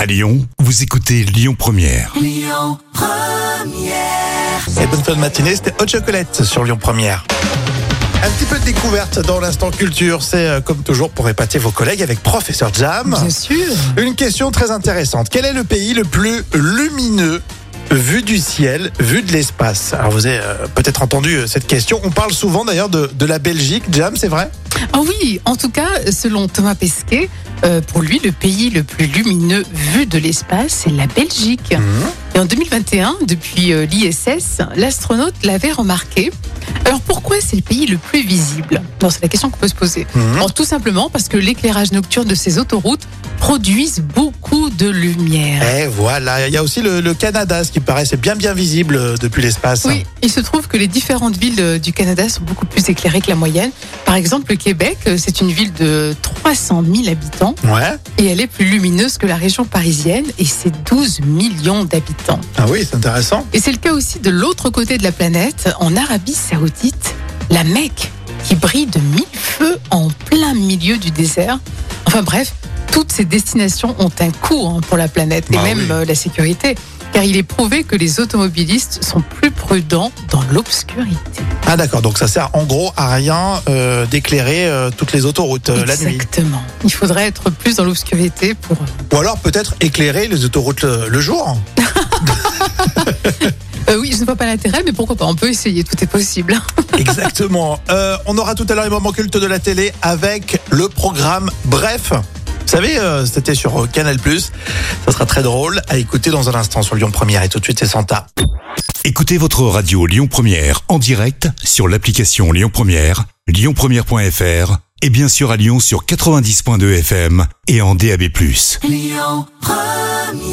À Lyon, vous écoutez Lyon Première. Lyon Première. Et bonne fin de matinée, c'était Hot Chocolate sur Lyon Première. Un petit peu de découverte dans l'instant culture, c'est comme toujours pour épater vos collègues avec Professeur Jam. Bien sûr. Une question très intéressante. Quel est le pays le plus lumineux vu du ciel, vu de l'espace? Alors vous avez peut-être entendu cette question. On parle souvent d'ailleurs de la Belgique. Jam, c'est vrai? Ah oui, en tout cas, selon Thomas Pesquet, pour lui, le pays le plus lumineux vu de l'espace, c'est la Belgique. Et en 2021, depuis l'ISS, l'astronaute l'avait remarqué. Alors pourquoi c'est le pays le plus visible? Non, c'est la question qu'on peut se poser. Alors, tout simplement parce que l'éclairage nocturne de ces autoroutes produisent beaucoup de lumière. Et voilà, il y a aussi le Canada, ce qui paraît c'est bien visible depuis l'espace. Oui, il se trouve que les différentes villes du Canada sont beaucoup plus éclairées que la moyenne. Par exemple, le Québec, c'est une ville de 300 000 habitants. Ouais. Et elle est plus lumineuse que la région parisienne et c'est 12 millions d'habitants. Ah oui, c'est intéressant. Et c'est le cas aussi de l'autre côté de la planète, en Arabie Saoudite, la Mecque, qui brille de mille feux en plein milieu du désert. Enfin bref, toutes ces destinations ont un coût pour la planète et même la sécurité. Car il est prouvé que les automobilistes sont plus prudents dans l'obscurité. Ah d'accord, donc ça sert en gros à rien d'éclairer toutes les autoroutes la nuit. Exactement. Il faudrait être plus dans l'obscurité pour... Ou alors peut-être éclairer les autoroutes le jour. Oui, je ne vois pas l'intérêt, mais pourquoi pas, on peut essayer, tout est possible. Exactement. On aura tout à l'heure les moments cultes de la télé avec le programme Bref. Vous savez, c'était sur Canal+. Ça sera très drôle à écouter dans un instant sur Lyon Première. Et tout de suite, c'est Santa. Écoutez votre radio Lyon Première en direct sur l'application Lyon Première, lyonpremière.fr et bien sûr à Lyon sur 90.2 FM et en DAB+. Lyon Première.